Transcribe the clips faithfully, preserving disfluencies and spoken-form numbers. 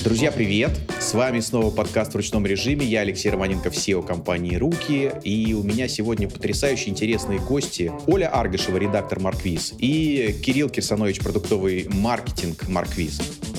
Друзья, привет! С вами снова подкаст в ручном режиме. Я Алексей Романенко, си и о компании «Руки». И у меня сегодня потрясающе интересные гости. Оля Аргашева, редактор Марквиз, и Кирилл Кирсанович, продуктовый маркетинг Марквиз.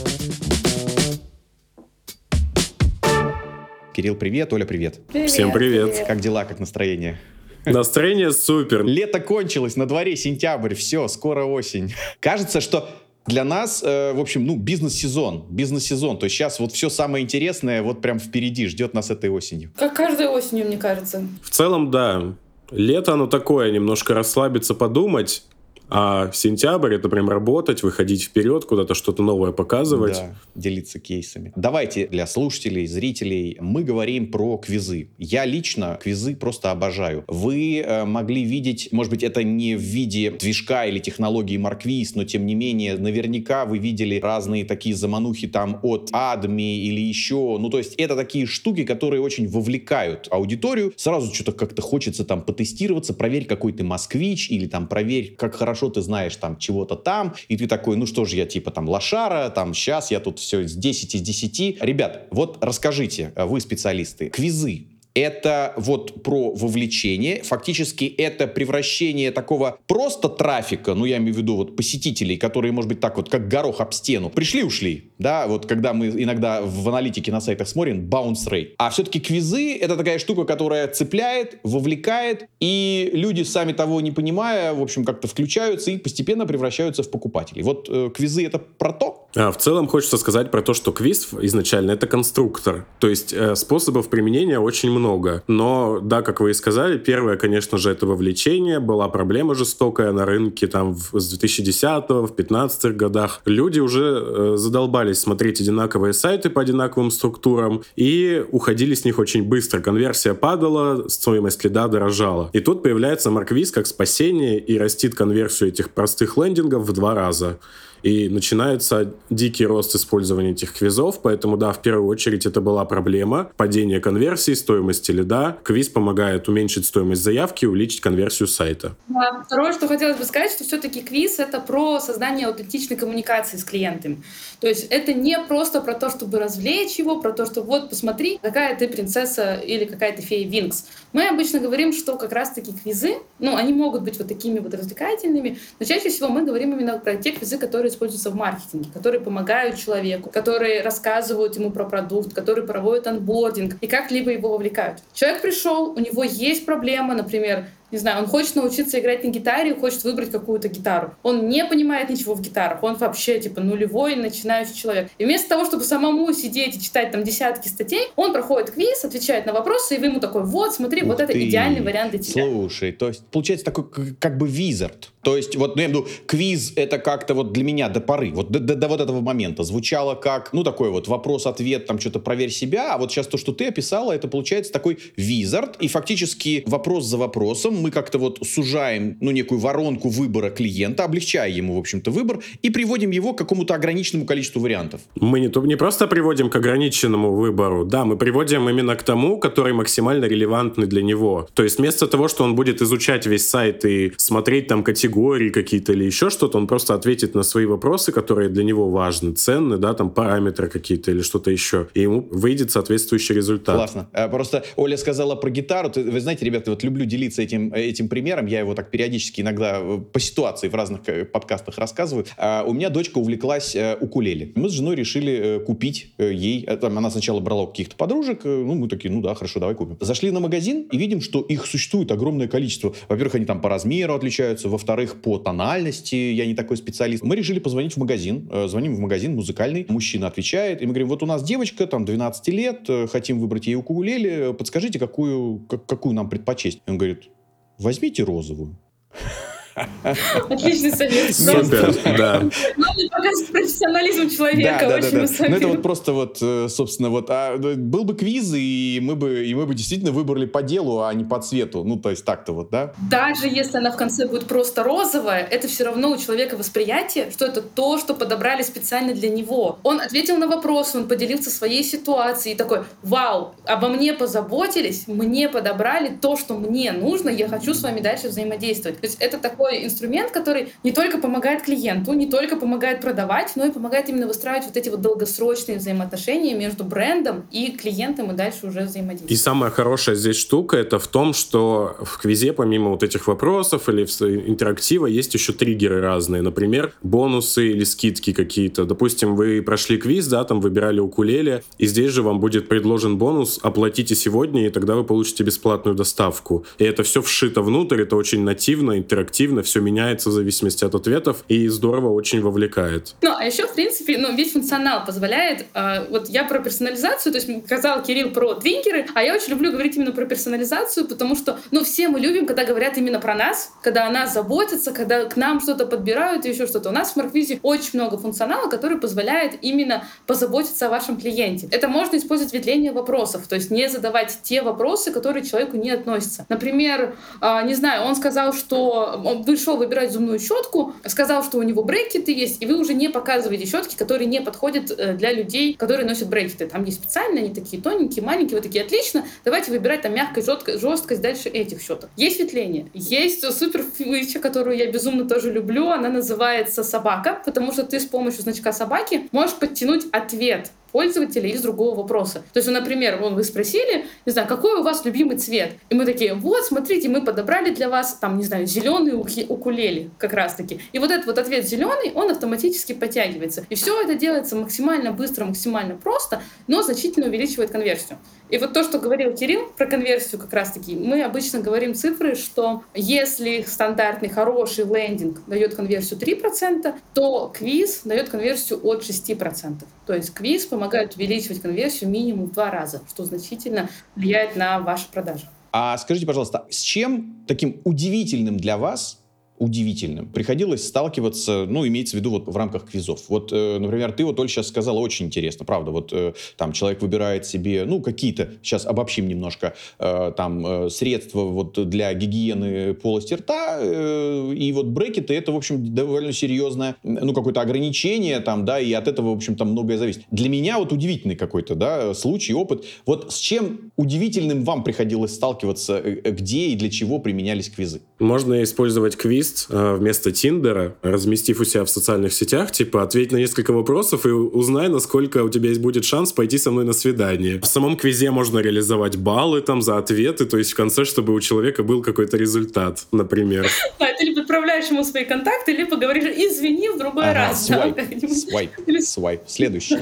Кирилл, привет. Оля, привет. Привет. Всем привет. Как дела, как настроение? Настроение супер. Лето кончилось, на дворе сентябрь, все, скоро осень. Кажется, что для нас, э, в общем, ну, бизнес-сезон, бизнес-сезон. То есть сейчас вот все самое интересное вот прям впереди ждет нас этой осенью. Как каждой осенью, мне кажется. В целом, да. Лето, оно такое, немножко расслабиться, подумать. А сентябрь — это прям работать, выходить вперед, куда-то что-то новое показывать. Да, делиться кейсами. Давайте для слушателей, зрителей мы говорим про квизы. Я лично квизы просто обожаю. Вы э, могли видеть, может быть, это не в виде движка или технологии Марквиз, но тем не менее, наверняка вы видели разные такие заманухи там от Адми или еще. Ну, то есть это такие штуки, которые очень вовлекают аудиторию. Сразу что-то как-то хочется там потестироваться, проверь, какой ты москвич, или там проверь, как хорошо ты знаешь там чего-то там, и ты такой, ну что же я типа там лошара, там сейчас я тут все с десять из десяти. Ребят, вот расскажите, вы специалисты, квизы. Это вот про вовлечение, фактически это превращение такого просто трафика, ну я имею в виду вот посетителей, которые, может быть, так вот как горох об стену, пришли-ушли, да, вот когда мы иногда в аналитике на сайтах смотрим, bounce rate. А все-таки квизы — это такая штука, которая цепляет, вовлекает, и люди, сами того не понимая, в общем, как-то включаются и постепенно превращаются в покупателей. Вот э, квизы — это про то? А, в целом хочется сказать про то, что квиз изначально — это конструктор, то есть э, способов применения очень много. много. Но, да, как вы и сказали, первое, конечно же, это вовлечение. Была проблема жестокая на рынке там в, с две тысячи десятого, в пятнадцатых годах. Люди уже э, задолбались смотреть одинаковые сайты по одинаковым структурам и уходили с них очень быстро. Конверсия падала, стоимость лида дорожала. И тут появляется Марквиз как спасение и растит конверсию этих простых лендингов в два раза. И начинается дикий рост использования этих квизов, поэтому, да, в первую очередь это была проблема. Падение конверсии, стоимости лида. Квиз помогает уменьшить стоимость заявки и увеличить конверсию сайта. А второе, что хотелось бы сказать, что все-таки квиз — это про создание аутентичной коммуникации с клиентами. То есть это не просто про то, чтобы развлечь его, про то, что вот, посмотри, какая ты принцесса или какая ты фея Винкс. Мы обычно говорим, что как раз-таки квизы, ну, они могут быть вот такими вот развлекательными, но чаще всего мы говорим именно про те квизы, которые используются в маркетинге, которые помогают человеку, которые рассказывают ему про продукт, которые проводят онбординг и как-либо его вовлекают. Человек пришел, у него есть проблема, например, не знаю, он хочет научиться играть на гитаре, хочет выбрать какую-то гитару. Он не понимает ничего в гитарах, он вообще типа нулевой начинающий человек. И вместо того, чтобы самому сидеть и читать там десятки статей, он проходит квиз, отвечает на вопросы, и вы ему такой, вот, смотри, Ух вот это ты. идеальный вариант для тебя. Слушай, то есть получается такой как, как бы визард. То есть вот, ну, я имею в виду, квиз — это как-то вот для меня до поры, вот до, до, до вот этого момента звучало как, ну, такой вот вопрос-ответ, там что-то проверь себя, а вот сейчас то, что ты описала, это получается такой визард, и фактически вопрос за вопросом мы как-то вот сужаем, ну, некую воронку выбора клиента, облегчая ему, в общем-то, выбор, и приводим его к какому-то ограниченному количеству вариантов. Мы не, не просто приводим к ограниченному выбору, да, мы приводим именно к тому, который максимально релевантный для него. То есть вместо того, что он будет изучать весь сайт и смотреть там категории какие-то или еще что-то, он просто ответит на свои вопросы, которые для него важны, ценны, да, там параметры какие-то или что-то еще, и ему выйдет соответствующий результат. Классно. Просто Оля сказала про гитару. Вы знаете, ребята, вот люблю делиться этим, этим примером. Я его так периодически иногда по ситуации в разных подкастах рассказываю. У меня дочка увлеклась укулеле. Мы с женой решили купить ей. Она сначала брала у каких-то подружек. Ну, мы такие, ну да, хорошо, давай купим. Зашли на магазин и видим, что их существует огромное количество. Во-первых, они там по размеру отличаются. Во-вторых, по тональности. Я не такой специалист. Мы решили позвонить в магазин. Звоним в магазин музыкальный. Мужчина отвечает. И мы говорим, вот у нас девочка, там, двенадцать лет. Хотим выбрать ей укулеле. Подскажите, какую, как, какую нам предпочесть? И он говорит, возьмите розовую. Отличный совет. Супер, да. Надо показывать профессионализм человека. Да, да, очень да, да. высокий. Ну, это вот просто вот, собственно, вот, а, был бы квиз, и мы бы, и мы бы действительно выбрали по делу, а не по цвету. Ну, то есть так-то вот, да? Даже если она в конце будет просто розовая, это все равно у человека восприятие, что это то, что подобрали специально для него. Он ответил на вопрос, он поделился своей ситуацией и такой, вау, обо мне позаботились, мне подобрали то, что мне нужно, я хочу с вами дальше взаимодействовать. То есть это такой такой инструмент, который не только помогает клиенту, не только помогает продавать, но и помогает именно выстраивать вот эти вот долгосрочные взаимоотношения между брендом и клиентом, и дальше уже взаимодействовать. И самая хорошая здесь штука — это в том, что в квизе помимо вот этих вопросов или интерактива есть еще триггеры разные. Например, бонусы или скидки какие-то. Допустим, вы прошли квиз, да, там выбирали укулеле, и здесь же вам будет предложен бонус «Оплатите сегодня, и тогда вы получите бесплатную доставку». И это все вшито внутрь, это очень нативно, интерактивно, все меняется в зависимости от ответов, и здорово очень вовлекает. Ну, а еще, в принципе, ну, весь функционал позволяет. Э, вот я про персонализацию, то есть сказал Кирилл про триггеры, а я очень люблю говорить именно про персонализацию, потому что, ну, все мы любим, когда говорят именно про нас, когда о нас заботятся, когда к нам что-то подбирают и еще что-то. У нас в SmartQuiz очень много функционала, который позволяет именно позаботиться о вашем клиенте. Это можно использовать ветвление вопросов, то есть не задавать те вопросы, которые к человеку не относятся. Например, э, не знаю, он сказал, что он пришел выбирать зубную щетку, сказал, что у него брекеты есть, и вы уже не показываете щетки, которые не подходят для людей, которые носят брекеты. Там есть специальные, они такие тоненькие, маленькие, вы такие, отлично, давайте выбирать там мягкость, жесткость дальше этих щеток. Есть ветвление. Есть супер фича, которую я безумно тоже люблю, она называется собака, потому что ты с помощью значка собаки можешь подтянуть ответ пользователя из другого вопроса. То есть, ну, например, вон вы спросили, не знаю, какой у вас любимый цвет? И мы такие, вот, смотрите, мы подобрали для вас, там, не знаю, зеленый укулеле как раз-таки. И вот этот вот ответ зеленый, он автоматически подтягивается. И все это делается максимально быстро, максимально просто, но значительно увеличивает конверсию. И вот то, что говорил Кирилл про конверсию как раз-таки, мы обычно говорим цифры, что если стандартный хороший лендинг дает конверсию три процента, то квиз дает конверсию от шесть процентов. То есть квиз помогает увеличивать конверсию минимум в два раза, что значительно влияет на ваши продажи. А скажите, пожалуйста, с чем таким удивительным для вас удивительным приходилось сталкиваться, ну, имеется в виду вот в рамках квизов. Вот, э, например, ты вот, Оль, сейчас сказала, очень интересно, правда, вот э, там человек выбирает себе, ну, какие-то, сейчас обобщим немножко, э, там, э, средства вот для гигиены полости рта, э, и вот брекеты, это, в общем, довольно серьезное, ну, какое-то ограничение там, да, и от этого, в общем, там многое зависит. Для меня вот удивительный какой-то, да, случай, опыт. Вот с чем удивительным вам приходилось сталкиваться, э, где и для чего применялись квизы? Можно использовать квиз вместо Тиндера, разместив у себя в социальных сетях, типа, ответь на несколько вопросов и узнай, насколько у тебя есть будет шанс пойти со мной на свидание. В самом квизе можно реализовать баллы там за ответы, то есть в конце, чтобы у человека был какой-то результат, например. А ты либо отправляешь ему свои контакты, либо говоришь, извини, в другой ага, раз. Свайп, да, свайп, свайп. Следующий.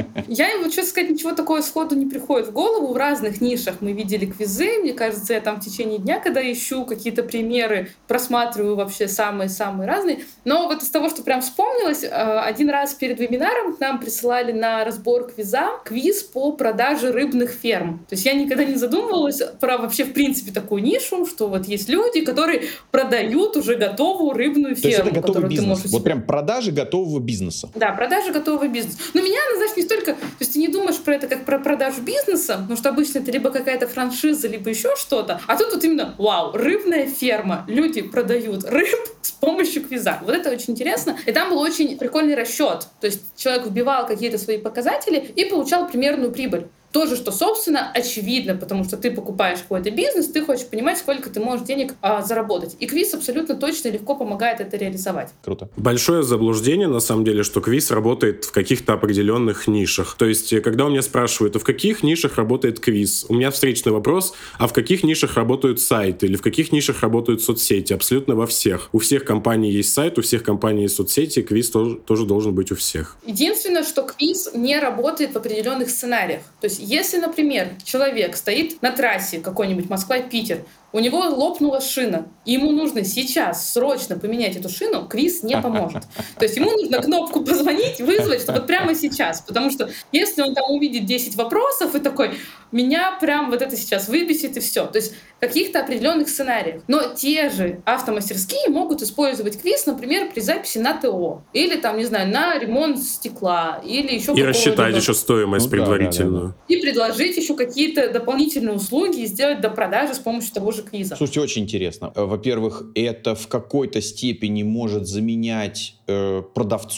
Я, вот, честно сказать, ничего такого сходу не приходит в голову. В разных нишах мы видели квизы. Мне кажется, я там в течение дня, когда ищу какие-то примеры, просматриваю вообще самые-самые разные. Но вот из того, что прям вспомнилось, один раз перед вебинаром к нам присылали на разбор квиза квиз по продаже рыбных ферм. То есть я никогда не задумывалась про вообще в принципе такую нишу, что вот есть люди, которые продают уже готовую рыбную ферму. То есть это готовый бизнес. Можешь... Вот прям продажи готового бизнеса. Да, продажи готового бизнеса. Но меня, знаешь, не столько... То есть ты не думаешь про это как про продажу бизнеса, потому что обычно это либо какая-то франшиза, либо еще что-то. А тут вот именно, вау, рыбная ферма. Люди продают рыб с помощью квиза. Вот это очень интересно. И там был очень прикольный расчет. То есть человек вбивал какие-то свои показатели и получал примерную прибыль. Тоже, что, собственно, очевидно, потому что ты покупаешь какой-то бизнес, ты хочешь понимать, сколько ты можешь денег а, заработать. И квиз абсолютно точно легко помогает это реализовать. Круто. Большое заблуждение, на самом деле, что квиз работает в каких-то определенных нишах. То есть, когда у меня спрашивают, а в каких нишах работает квиз? У меня встречный вопрос, а в каких нишах работают сайты? Или в каких нишах работают соцсети? Абсолютно во всех. У всех компаний есть сайт, у всех компаний есть соцсети, квиз тоже, тоже должен быть у всех. Единственное, что квиз не работает в определенных сценариях. То есть если, например, человек стоит на трассе какой-нибудь Москва-Питер, у него лопнула шина, и ему нужно сейчас срочно поменять эту шину, квиз не поможет. То есть ему нужно кнопку «позвонить», вызвать, что вот прямо сейчас. Потому что если он там увидит десять вопросов и такой, меня прям вот это сейчас выбесит и все. То есть в каких-то определенных сценариях. Но те же автомастерские могут использовать квиз, например, при записи на ТО. Или там, не знаю, на ремонт стекла. Или еще и рассчитать еще стоимость ну, предварительную. Да, да, да. И предложить еще какие-то дополнительные услуги и сделать до продажи с помощью того же квиза. Слушайте, очень интересно. Во-первых, это в какой-то степени может заменять э, продавцов,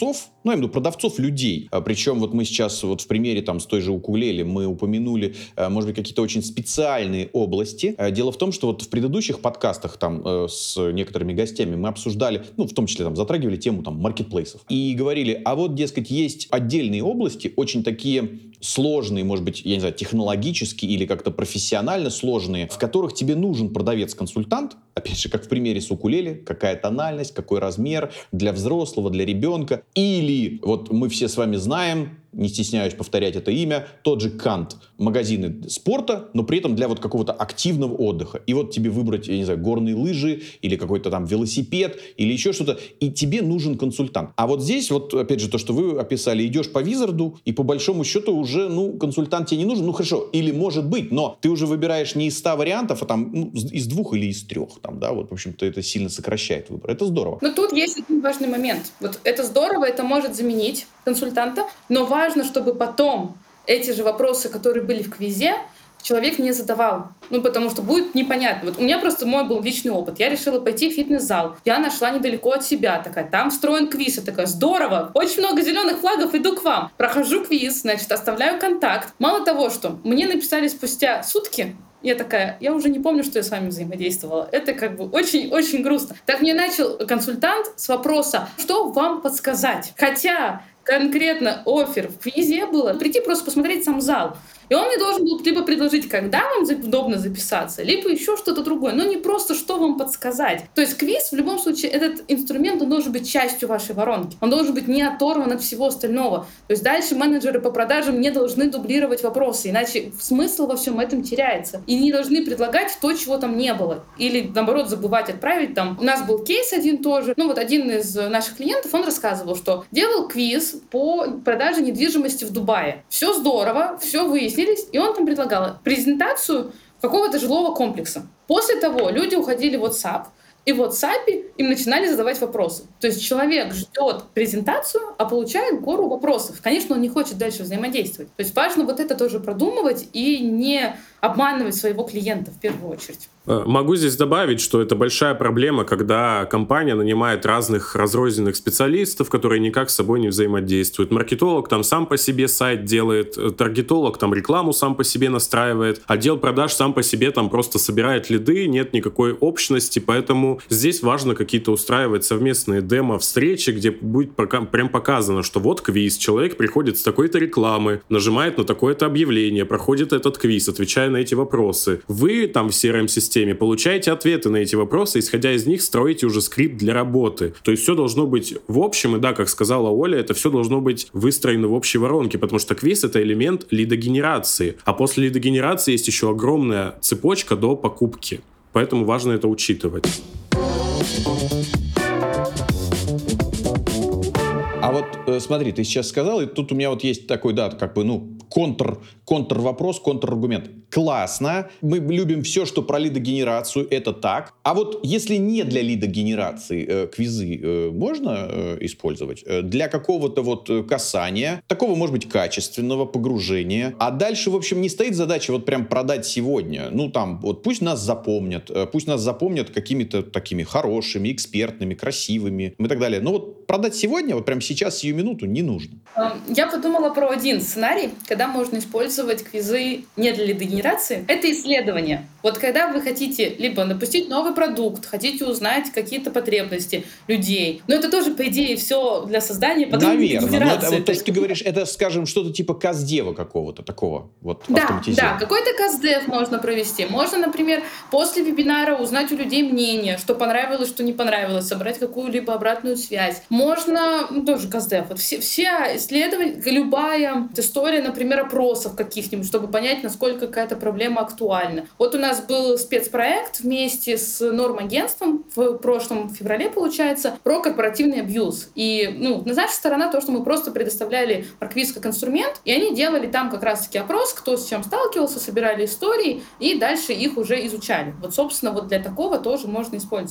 ну, я имею в виду продавцов людей. А, причем вот мы сейчас вот в примере там с той же укулеле мы упомянули, а, может быть, какие-то очень специальные области. А, дело в том, что вот в предыдущих подкастах там э, с некоторыми гостями мы обсуждали, ну, в том числе там затрагивали тему там маркетплейсов. И говорили, а вот, дескать, есть отдельные области, очень такие сложные, может быть, я не знаю, технологически или как-то профессионально сложные, в которых тебе нужен продавец-консультант, опять же, как в примере с укулеле, какая тональность, какой размер для взрослого, для ребенка. Или, вот мы все с вами знаем, не стесняюсь повторять это имя, тот же Кант. Магазины спорта, но при этом для вот какого-то активного отдыха. И вот тебе выбрать, я не знаю, горные лыжи или какой-то там велосипед или еще что-то, и тебе нужен консультант. А вот здесь вот, опять же, то, что вы описали, идешь по Визарду, и по большому счету уже, ну, консультант тебе не нужен, ну, хорошо, или может быть, но ты уже выбираешь не из ста вариантов, а там ну, из двух или из трех, там, да, вот, в общем-то, это сильно сокращает выбор. Это здорово. Но тут есть один важный момент. Вот это здорово, это может заменить консультанта, но важно, чтобы потом эти же вопросы, которые были в квизе, человек не задавал. Ну, потому что будет непонятно. Вот у меня просто мой был личный опыт. Я решила пойти в фитнес-зал. Я нашла недалеко от себя. Такая, там встроен квиз. Я такая, здорово! Очень много зеленых флагов, иду к вам. Прохожу квиз, значит, оставляю контакт. Мало того, что мне написали спустя сутки, я такая, я уже не помню, что я с вами взаимодействовала. Это как бы очень-очень грустно. Так мне начал консультант с вопроса, что вам подсказать. Хотя конкретно оффер в квизе было прийти просто посмотреть сам зал. И он мне должен был либо предложить, когда вам удобно записаться, либо еще что-то другое. Но не просто, что вам подсказать. То есть квиз, в любом случае, этот инструмент, он должен быть частью вашей воронки. Он должен быть не оторван от всего остального. То есть дальше менеджеры по продажам не должны дублировать вопросы, иначе смысл во всем этом теряется. И не должны предлагать то, чего там не было. Или, наоборот, забывать отправить там. У нас был кейс один тоже. Ну вот один из наших клиентов, он рассказывал, что делал квиз по продаже недвижимости в Дубае. Все здорово, все выяснились, и он там предлагал презентацию какого-то жилого комплекса. После того люди уходили в WhatsApp, и в WhatsApp им начинали задавать вопросы. То есть человек ждет презентацию, а получает гору вопросов. Конечно, он не хочет дальше взаимодействовать. То есть важно вот это тоже продумывать и не обманывать своего клиента в первую очередь. Могу здесь добавить, что это большая проблема, когда компания нанимает разных разрозненных специалистов, которые никак с собой не взаимодействуют. Маркетолог там сам по себе сайт делает, таргетолог там рекламу сам по себе настраивает, отдел продаж сам по себе там просто собирает лиды, нет никакой общности, поэтому здесь важно какие-то устраивать совместные демо-встречи, где будет пока, прям показано, что вот квиз, человек приходит с такой-то рекламы, нажимает на такое-то объявление, проходит этот квиз, отвечая на эти вопросы. Вы там в си ар эм-системе получаете ответы на эти вопросы, исходя из них строите уже скрипт для работы. То есть все должно быть в общем, и да, как сказала Оля, это все должно быть выстроено в общей воронке, потому что квиз — это элемент лидогенерации, а после лидогенерации есть еще огромная цепочка до покупки. Поэтому важно это учитывать. А вот э, смотри, ты сейчас сказал, и тут у меня вот есть такой, да, как бы, ну, контр, контрвопрос, контраргумент. Классно, мы любим все, что про лидогенерацию, это так. А вот если не для лидогенерации э, квизы э, можно э, использовать? Э, для какого-то вот касания, такого, может быть, качественного погружения. А дальше, в общем, не стоит задача вот прям продать сегодня. Ну, там, вот пусть нас запомнят, э, пусть нас запомнят какими-то такими хорошими, экспертными, красивыми и так далее. Но вот продать сегодня, вот прям сейчас, сию минуту, не нужно. Я подумала про один сценарий, когда можно использовать квизы не для лидогенерации. Это исследование. Вот когда вы хотите либо запустить новый продукт, хотите узнать какие-то потребности людей, но это тоже, по идее, все для создания потом лидогенерации. Наверное. Но это, вот то, что ты говоришь, это, скажем, что-то типа каздева какого-то такого, вот, да, автоматизированного. Да, какой-то каздев можно провести. Можно, например, после вебинара узнать у людей мнение, что понравилось, что не понравилось, собрать какую-либо обратную связь. Можно, ну, тоже каздев. Вот все, все исследования, любая история, например, опросов каких-нибудь, чтобы понять, насколько какая-то проблема актуальна. Вот у нас был спецпроект вместе с Нормагентством в прошлом феврале, получается, про корпоративный абьюз. И, ну, наша сторона то, что мы просто предоставляли Марквиз как инструмент, и они делали там как раз-таки опрос, кто с чем сталкивался, собирали истории, и дальше их уже изучали. Вот, собственно, вот для такого тоже можно использовать.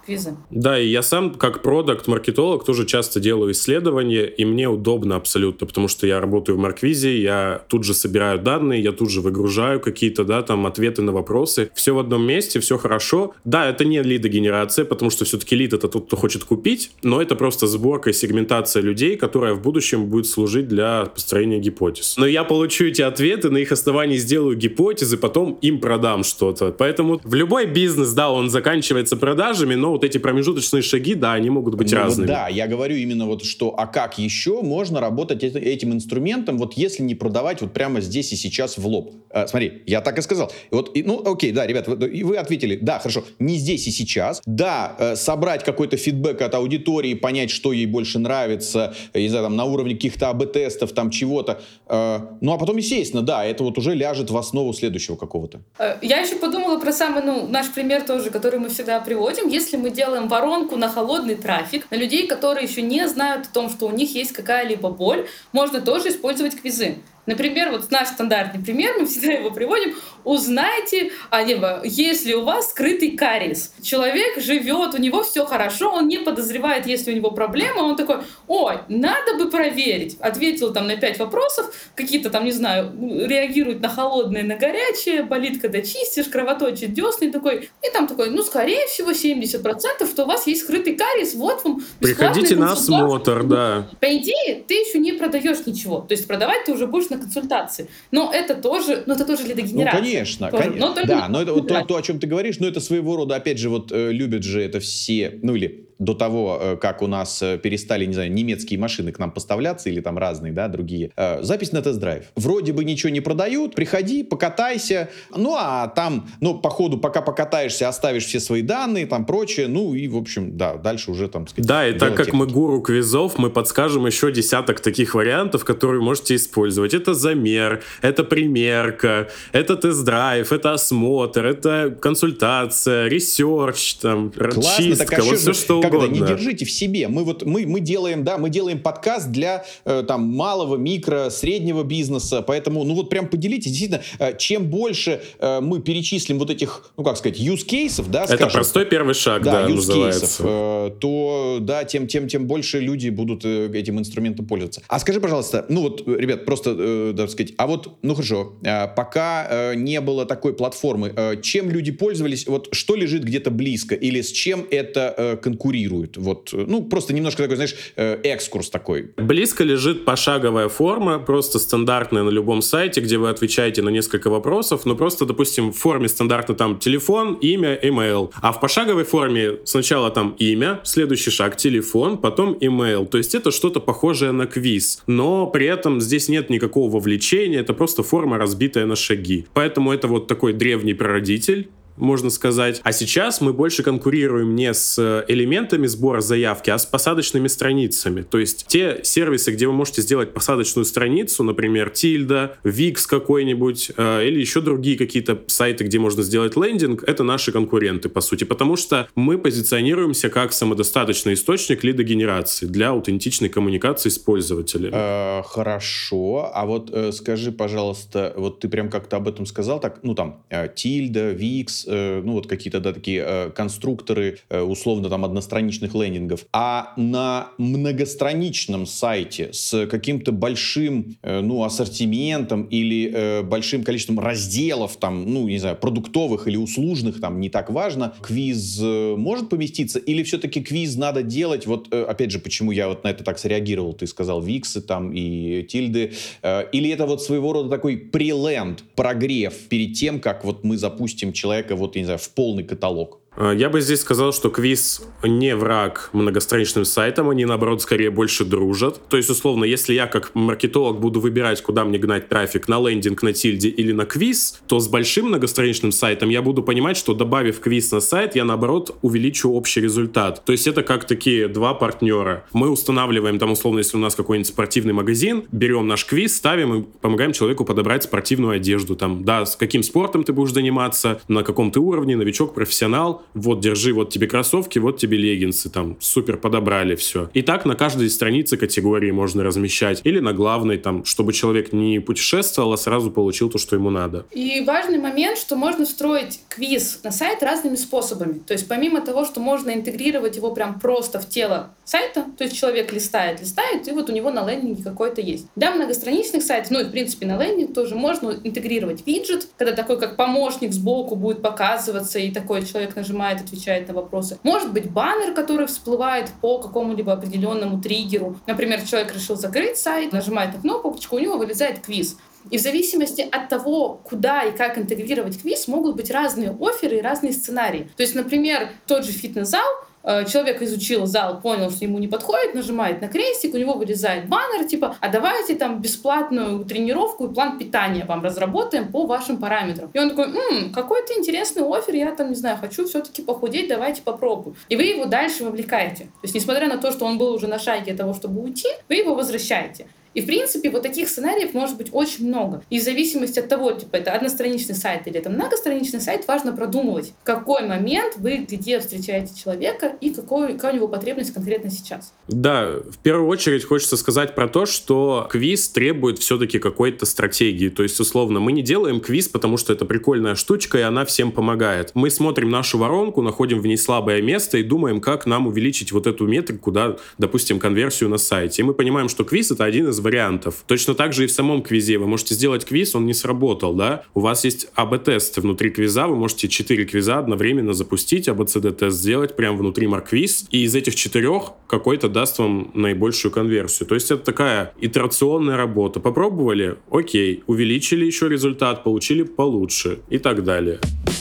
квизы. Да, и я сам, как продакт-маркетолог, тоже часто делаю исследования, и мне удобно абсолютно, потому что я работаю в Марквизе, я тут же собираю данные, я тут же выгружаю какие-то, да, там, ответы на вопросы. Все в одном месте, все хорошо. Да, это не лидогенерация, потому что все-таки лид — это тот, кто хочет купить, но это просто сборка и сегментация людей, которая в будущем будет служить для построения гипотез. Но я получу эти ответы, на их основании сделаю гипотезы, потом им продам что-то. Поэтому в любой бизнес, да, он заканчивается продажами, но вот эти промежуточные шаги, да, они могут быть ну, разными. Вот, да, я говорю именно вот что, а как еще можно работать этим инструментом, вот если не продавать вот прямо здесь и сейчас в лоб. А, смотри, я так и сказал. Вот, и, ну, окей, да, ребят, вы, и вы ответили, да, хорошо, не здесь и сейчас. Да, э, собрать какой-то фидбэк от аудитории, понять, что ей больше нравится, не знаю, там, на уровне каких-то эй би-тестов, там, чего-то. Э, ну, а потом, естественно, да, это вот уже ляжет в основу следующего какого-то. Я еще подумала про самый, ну, наш пример тоже, который мы всегда приводим. Если мы делаем воронку на холодный трафик, на людей, которые еще не знают о том, что у них есть какая-либо боль, можно тоже использовать квизы. Например, вот наш стандартный пример, мы всегда его приводим. Узнайте, а, либо, если у вас скрытый кариес. Человек живет, у него все хорошо, он не подозревает, если у него проблема, он такой: ой, надо бы проверить. Ответил там на пять вопросов, какие-то там, не знаю, реагирует на холодное, на горячее, болит, когда чистишь, кровоточит десны, такой, и там такой, ну, скорее всего, семьдесят процентов, что у вас есть скрытый кариес, вот вам бесплатный Приходите на осмотр, да. По идее, ты еще не продаешь ничего, то есть продавать ты уже будешь на консультации. Но это тоже, ну, это тоже лидогенерация. Ну, конечно, тоже. конечно. Но да, но это вот то, то, о чем ты говоришь, но это своего рода, опять же, вот э, любят же это все, ну, или до того, э, как у нас э, перестали, не знаю, немецкие машины к нам поставляться, или там разные, да, другие. Э, запись на тест-драйв. Вроде бы ничего не продают, приходи, покатайся, ну, а там, ну, по ходу, пока покатаешься, оставишь все свои данные, там, прочее, ну, и, в общем, да, дальше уже, там, сказать, да, и так как техники. мы гуру квизов, мы подскажем еще десяток таких вариантов, которые вы можете использовать. Это замер, это примерка, это тест-драйв, это осмотр, это консультация, ресерч, там, Классно, чистка, так, а вот что все что когда, угодно. не держите в себе. Мы вот мы, мы делаем, да, мы делаем подкаст для э, там малого, микро, среднего бизнеса, поэтому, ну вот прям поделитесь, действительно, э, чем больше э, мы перечислим вот этих, ну как сказать, use cases, да, это скажем, простой первый шаг, да, да, use называется. cases, э, то, да, тем, тем, тем больше люди будут э, этим инструментом пользоваться. А скажи, пожалуйста, ну вот, ребят, просто, э, так сказать, а вот, ну хорошо, э, пока э, не было такой платформы, э, чем люди пользовались, вот что лежит где-то близко, или с чем это э, конкурирует? Вот, ну, просто немножко такой, знаешь, э, экскурс такой. Близко лежит пошаговая форма, просто стандартная на любом сайте, где вы отвечаете на несколько вопросов, но просто, допустим, в форме стандартно там телефон, имя, email. А в пошаговой форме сначала там имя, следующий шаг телефон, потом email. То есть это что-то похожее на квиз. Но при этом здесь нет никакого вовлечения, это просто форма, разбитая на шаги. Поэтому это вот такой древний прародитель, можно сказать. А сейчас мы больше конкурируем не с элементами сбора заявки, а с посадочными страницами. То есть те сервисы, где вы можете сделать посадочную страницу, например, Tilda, Wix какой-нибудь, э, или еще другие какие-то сайты, где можно сделать лендинг, это наши конкуренты, по сути. Потому что мы позиционируемся как самодостаточный источник лидогенерации для аутентичной коммуникации с пользователями. Э, хорошо. А вот э, скажи, пожалуйста, вот ты прям как-то об этом сказал, так, ну там, э, Tilda, Wix, ну вот какие-то, да, такие э, конструкторы, э, условно, там, одностраничных лендингов. А на многостраничном сайте с каким-то большим, э, ну, ассортиментом или э, большим количеством разделов, там, ну, не знаю, продуктовых или услужных, там, не так важно, квиз э, может поместиться? Или все-таки квиз надо делать? Вот, э, опять же, почему я вот на это так среагировал? Ты сказал Виксы там и Тильды. Э, или это вот своего рода такой преленд, прогрев перед тем, как вот мы запустим человека вот, я не знаю, в полный каталог? Я бы здесь сказал, что квиз не враг многостраничным сайтам, они, наоборот, скорее больше дружат. То есть, условно, если я как маркетолог буду выбирать, куда мне гнать трафик, на лендинг, на тильде или на квиз, то с большим многостраничным сайтом я буду понимать, что, добавив квиз на сайт, я, наоборот, увеличу общий результат. То есть это как такие два партнера. Мы устанавливаем, там, условно, если у нас какой-нибудь спортивный магазин, берем наш квиз, ставим и помогаем человеку подобрать спортивную одежду. Там, да, с каким спортом ты будешь заниматься, на каком ты уровне, новичок, профессионал. вот, держи, вот тебе кроссовки, вот тебе леггинсы, там, супер, подобрали все. И так на каждой странице категории можно размещать. Или на главной, там, чтобы человек не путешествовал, а сразу получил то, что ему надо. И важный момент, что можно встроить квиз на сайт разными способами. То есть помимо того, что можно интегрировать его прям просто в тело сайта, то есть человек листает, листает, и вот у него на лендинге какой-то есть. Для многостраничных сайтов, ну и в принципе на лендинг тоже можно интегрировать виджет, когда такой как помощник сбоку будет показываться, и такой человек нажимает, отвечает на вопросы. Может быть баннер, который всплывает по какому-либо определенному триггеру. Например, человек решил закрыть сайт, нажимает на кнопочку, у него вылезает квиз. И в зависимости от того, куда и как интегрировать квиз, могут быть разные офферы и разные сценарии. То есть, например, тот же фитнес-зал, человек изучил зал, понял, что ему не подходит, нажимает на крестик, у него вылезает баннер, типа, а давайте там бесплатную тренировку и план питания вам разработаем по вашим параметрам. И он такой, м-м, какой-то интересный оффер, я там, не знаю, хочу все-таки похудеть, давайте попробую. И вы его дальше вовлекаете. То есть, несмотря на то, что он был уже на шаге того, чтобы уйти, вы его возвращаете. И, в принципе, вот таких сценариев может быть очень много. И в зависимости от того, типа, это одностраничный сайт или это многостраничный сайт, важно продумывать, в какой момент вы где встречаете человека и какой, какая у него потребность конкретно сейчас. Да, в первую очередь хочется сказать про то, что квиз требует все-таки какой-то стратегии. То есть, условно, мы не делаем квиз, потому что это прикольная штучка, и она всем помогает. Мы смотрим нашу воронку, находим в ней слабое место и думаем, как нам увеличить вот эту метрику, да, допустим, конверсию на сайте. И мы понимаем, что квиз — это один из вариантов. Точно так же и в самом квизе. Вы можете сделать квиз, он не сработал, да? У вас есть эй би-тест внутри квиза, вы можете четыре квиза одновременно запустить, эй би-си ди-тест сделать прямо внутри марквиз, и из этих четырех какой-то даст вам наибольшую конверсию. То есть это такая итерационная работа. Попробовали? Окей. Увеличили еще результат, получили получше и так далее.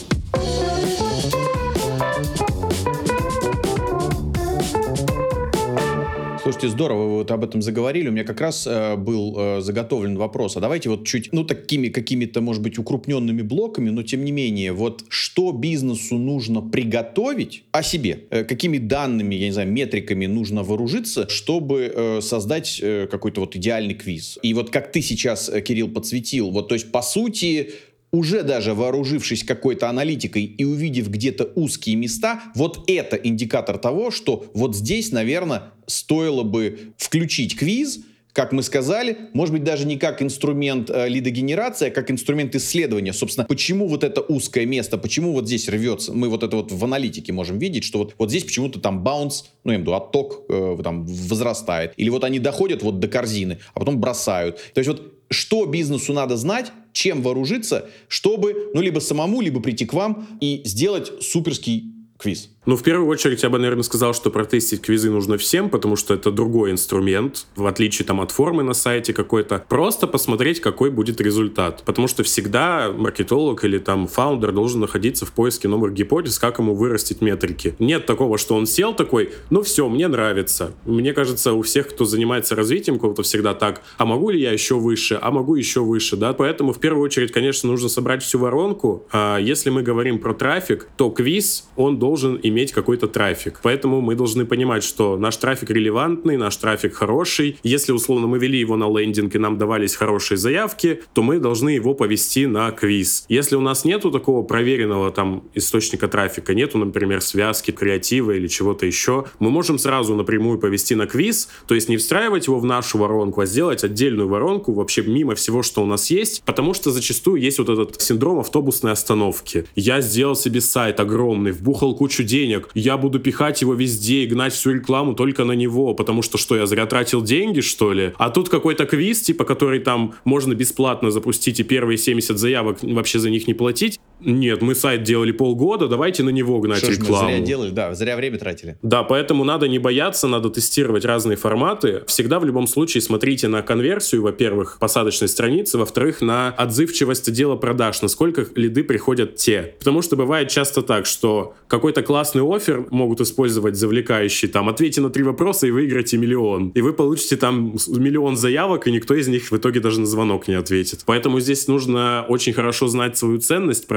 Слушайте, здорово, вы вот об этом заговорили. У меня как раз э, был э, заготовлен вопрос. А давайте вот чуть, ну, такими какими-то, может быть, укрупненными блоками, но тем не менее, вот что бизнесу нужно приготовить о себе? Э, какими данными, я не знаю, метриками нужно вооружиться, чтобы э, создать э, какой-то вот идеальный квиз? И вот как ты сейчас, э, Кирилл, подсветил, вот, то есть, по сути, уже даже вооружившись какой-то аналитикой и увидев где-то узкие места, вот это индикатор того, что вот здесь, наверное, стоило бы включить квиз, как мы сказали, может быть, даже не как инструмент э, лидогенерации, а как инструмент исследования. Собственно, почему вот это узкое место, почему вот здесь рвется? Мы вот это вот в аналитике можем видеть, что вот, вот здесь почему-то там баунс, ну, я имею в виду, отток э, там возрастает. Или вот они доходят вот до корзины, а потом бросают. То есть вот что бизнесу надо знать, чем вооружиться, чтобы, ну, либо самому, либо прийти к вам и сделать суперский квиз? Ну, в первую очередь, я бы, наверное, сказал, что протестить квизы нужно всем, потому что это другой инструмент, в отличие там от формы на сайте какой-то. Просто посмотреть, какой будет результат. Потому что всегда маркетолог или там фаундер должен находиться в поиске новых гипотез, как ему вырастить метрики. Нет такого, что он сел такой, ну все, мне нравится. Мне кажется, у всех, кто занимается развитием кого-то, всегда так, а могу ли я еще выше, а могу еще выше, да? Поэтому в первую очередь, конечно, нужно собрать всю воронку. А если мы говорим про трафик, то квиз, он должен иметь иметь какой-то трафик. Поэтому мы должны понимать, что наш трафик релевантный, наш трафик хороший. Если, условно, мы вели его на лендинг и нам давались хорошие заявки, то мы должны его повести на квиз. Если у нас нету такого проверенного там источника трафика, нету, например, связки, креатива или чего-то еще, мы можем сразу напрямую повести на квиз, то есть не встраивать его в нашу воронку, а сделать отдельную воронку вообще мимо всего, что у нас есть, потому что зачастую есть вот этот синдром автобусной остановки. Я сделал себе сайт огромный, вбухал кучу денег, я буду пихать его везде и гнать всю рекламу только на него, потому что что, я зря тратил деньги, что ли? А тут какой-то квиз, типа, который там можно бесплатно запустить и первые семьдесят заявок вообще за них не платить. Нет, мы сайт делали полгода, давайте на него гнать что рекламу. Мы зря делали, да, зря время тратили. Да, поэтому надо не бояться, надо тестировать разные форматы. Всегда в любом случае смотрите на конверсию, во-первых, посадочной страницы, во-вторых, на отзывчивость отдела продаж, насколько лиды приходят те. Потому что бывает часто так, что какой-то классный оффер могут использовать завлекающий, там, ответьте на три вопроса и выиграйте миллион. И вы получите там миллион заявок, и никто из них в итоге даже на звонок не ответит. Поэтому здесь нужно очень хорошо знать свою ценность продукта,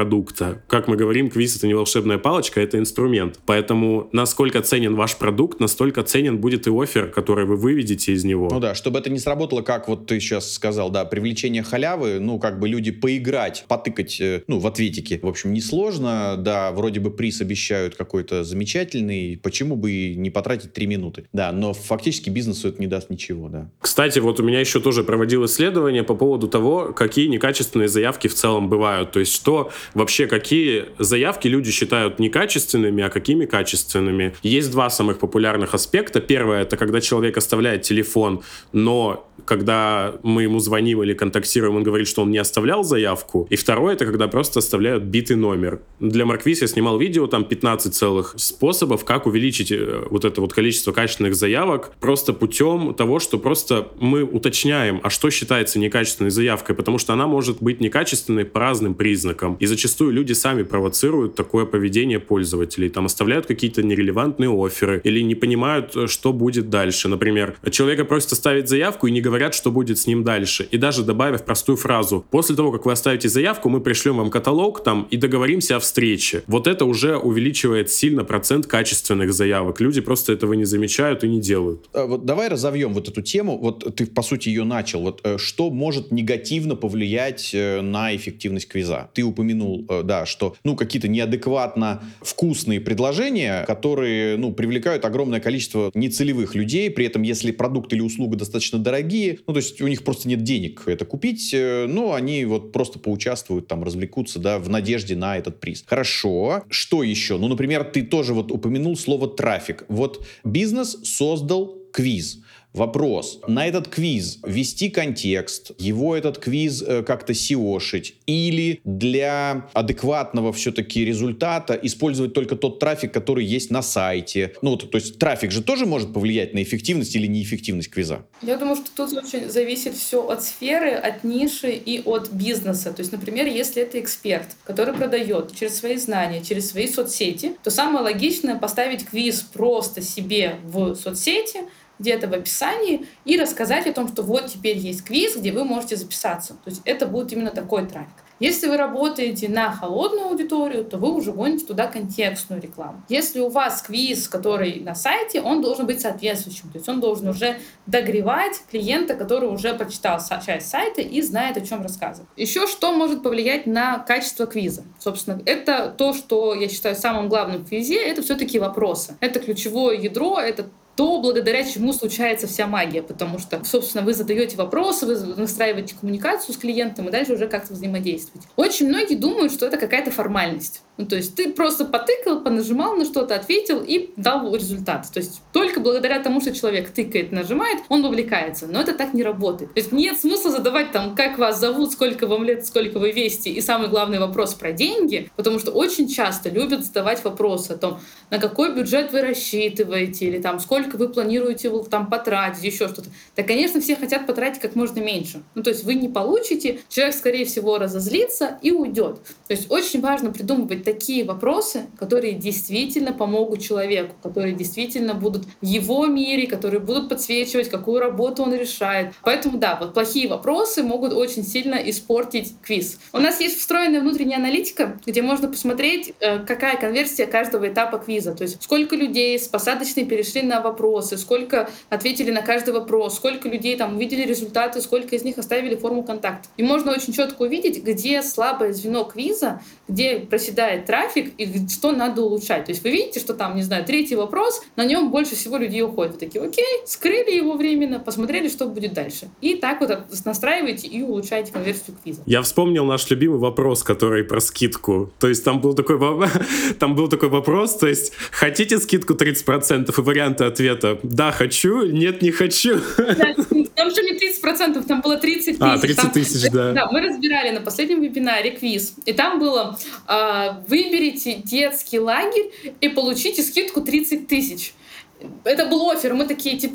продукта. Как мы говорим, квиз — это не волшебная палочка, это инструмент. Поэтому насколько ценен ваш продукт, настолько ценен будет и оффер, который вы выведете из него. Ну да, чтобы это не сработало, как вот ты сейчас сказал, да, привлечение халявы, ну, как бы люди поиграть, потыкать, ну, в ответики, в общем, несложно, да, вроде бы приз обещают какой-то замечательный, почему бы и не потратить три минуты, да, но фактически бизнесу это не даст ничего, да. Кстати, вот у меня еще тоже проводил исследование по поводу того, какие некачественные заявки в целом бывают, то есть что вообще, какие заявки люди считают некачественными, а какими качественными. Есть два самых популярных аспекта. Первое — это когда человек оставляет телефон, но когда мы ему звоним или контактируем, он говорит, что он не оставлял заявку. И второе — это когда просто оставляют битый номер. Для Marquis я снимал видео, там пятнадцать целых способов, как увеличить вот это вот количество качественных заявок просто путем того, что просто мы уточняем, а что считается некачественной заявкой, потому что она может быть некачественной по разным признакам. И зачастую люди сами провоцируют такое поведение пользователей. Там оставляют какие-то нерелевантные офферы или не понимают, что будет дальше. Например, человека просят оставить заявку и не говорят, что будет с ним дальше. И даже добавив простую фразу: после того, как вы оставите заявку, мы пришлем вам каталог там и договоримся о встрече. Вот это уже увеличивает сильно процент качественных заявок. Люди просто этого не замечают и не делают. А вот давай разовьем вот эту тему. Вот ты, по сути, ее начал. Вот что может негативно повлиять на эффективность квиза? Ты упомянул, да, что, ну, какие-то неадекватно вкусные предложения, которые, ну, привлекают огромное количество нецелевых людей. При этом, если продукт или услуга достаточно дорогие, ну, то есть у них просто нет денег это купить, но они вот просто поучаствуют, там, развлекутся, да, в надежде на этот приз. Хорошо. Что еще? Ну, например, ты тоже вот упомянул слово «трафик». Вот бизнес создал квиз. Вопрос. На этот квиз ввести контекст, его этот квиз э, как-то сеошить, или для адекватного все-таки результата использовать только тот трафик, который есть на сайте. Ну, вот, то есть трафик же тоже может повлиять на эффективность или неэффективность квиза? Я думаю, что тут очень зависит все от сферы, от ниши и от бизнеса. То есть, например, если это эксперт, который продает через свои знания, через свои соцсети, то самое логичное поставить квиз просто себе в соцсети, где-то в описании, и рассказать о том, что вот теперь есть квиз, где вы можете записаться. То есть это будет именно такой трафик. Если вы работаете на холодную аудиторию, то вы уже гоните туда контекстную рекламу. Если у вас квиз, который на сайте, он должен быть соответствующим. То есть он должен уже догревать клиента, который уже прочитал часть сайта и знает, о чем рассказывать. Еще что может повлиять на качество квиза? Собственно, это то, что я считаю самым главным в квизе, это все-таки вопросы. Это ключевое ядро, это то, благодаря чему случается вся магия, потому что, собственно, вы задаете вопросы, вы настраиваете коммуникацию с клиентом и дальше уже как-то взаимодействуете. Очень многие думают, что это какая-то формальность. Ну, то есть ты просто потыкал, понажимал на что-то, ответил и дал результат. То есть только благодаря тому, что человек тыкает, нажимает, он вовлекается. Но это так не работает. То есть нет смысла задавать там, как вас зовут, сколько вам лет, сколько вы весите, и самый главный вопрос про деньги, потому что очень часто любят задавать вопросы о том, на какой бюджет вы рассчитываете, или там, сколько вы планируете там потратить, еще что-то. Да, конечно, все хотят потратить как можно меньше. Ну, то есть вы не получите, человек, скорее всего, разозлится и уйдет. То есть очень важно придумывать такие вопросы, которые действительно помогут человеку, которые действительно будут в его мире, которые будут подсвечивать, какую работу он решает. Поэтому, да, вот плохие вопросы могут очень сильно испортить квиз. У нас есть встроенная внутренняя аналитика, где можно посмотреть, какая конверсия каждого этапа квиза. То есть сколько людей с посадочной перешли на вопросы, сколько ответили на каждый вопрос, сколько людей там увидели результаты, сколько из них оставили форму контакта. И можно очень четко увидеть, где слабое звено квиза, где проседает трафик и что надо улучшать. То есть вы видите, что там, не знаю, третий вопрос, на нем больше всего людей уходит. Вы такие, окей, скрыли его временно, посмотрели, что будет дальше. И так вот настраиваете и улучшаете конверсию квиза. Я вспомнил наш любимый вопрос, который про скидку. То есть там был такой, там был такой вопрос, то есть хотите скидку тридцать процентов и варианты ответа «да, хочу», «нет, не хочу». Да, там же не тридцать процентов, там было тридцать тысяч. А, тридцать тысяч, да. Да, мы разбирали на последнем вебинаре квиз, и там было э, «выберите детский лагерь и получите скидку тридцать тысяч». Это был оффер, мы такие типа...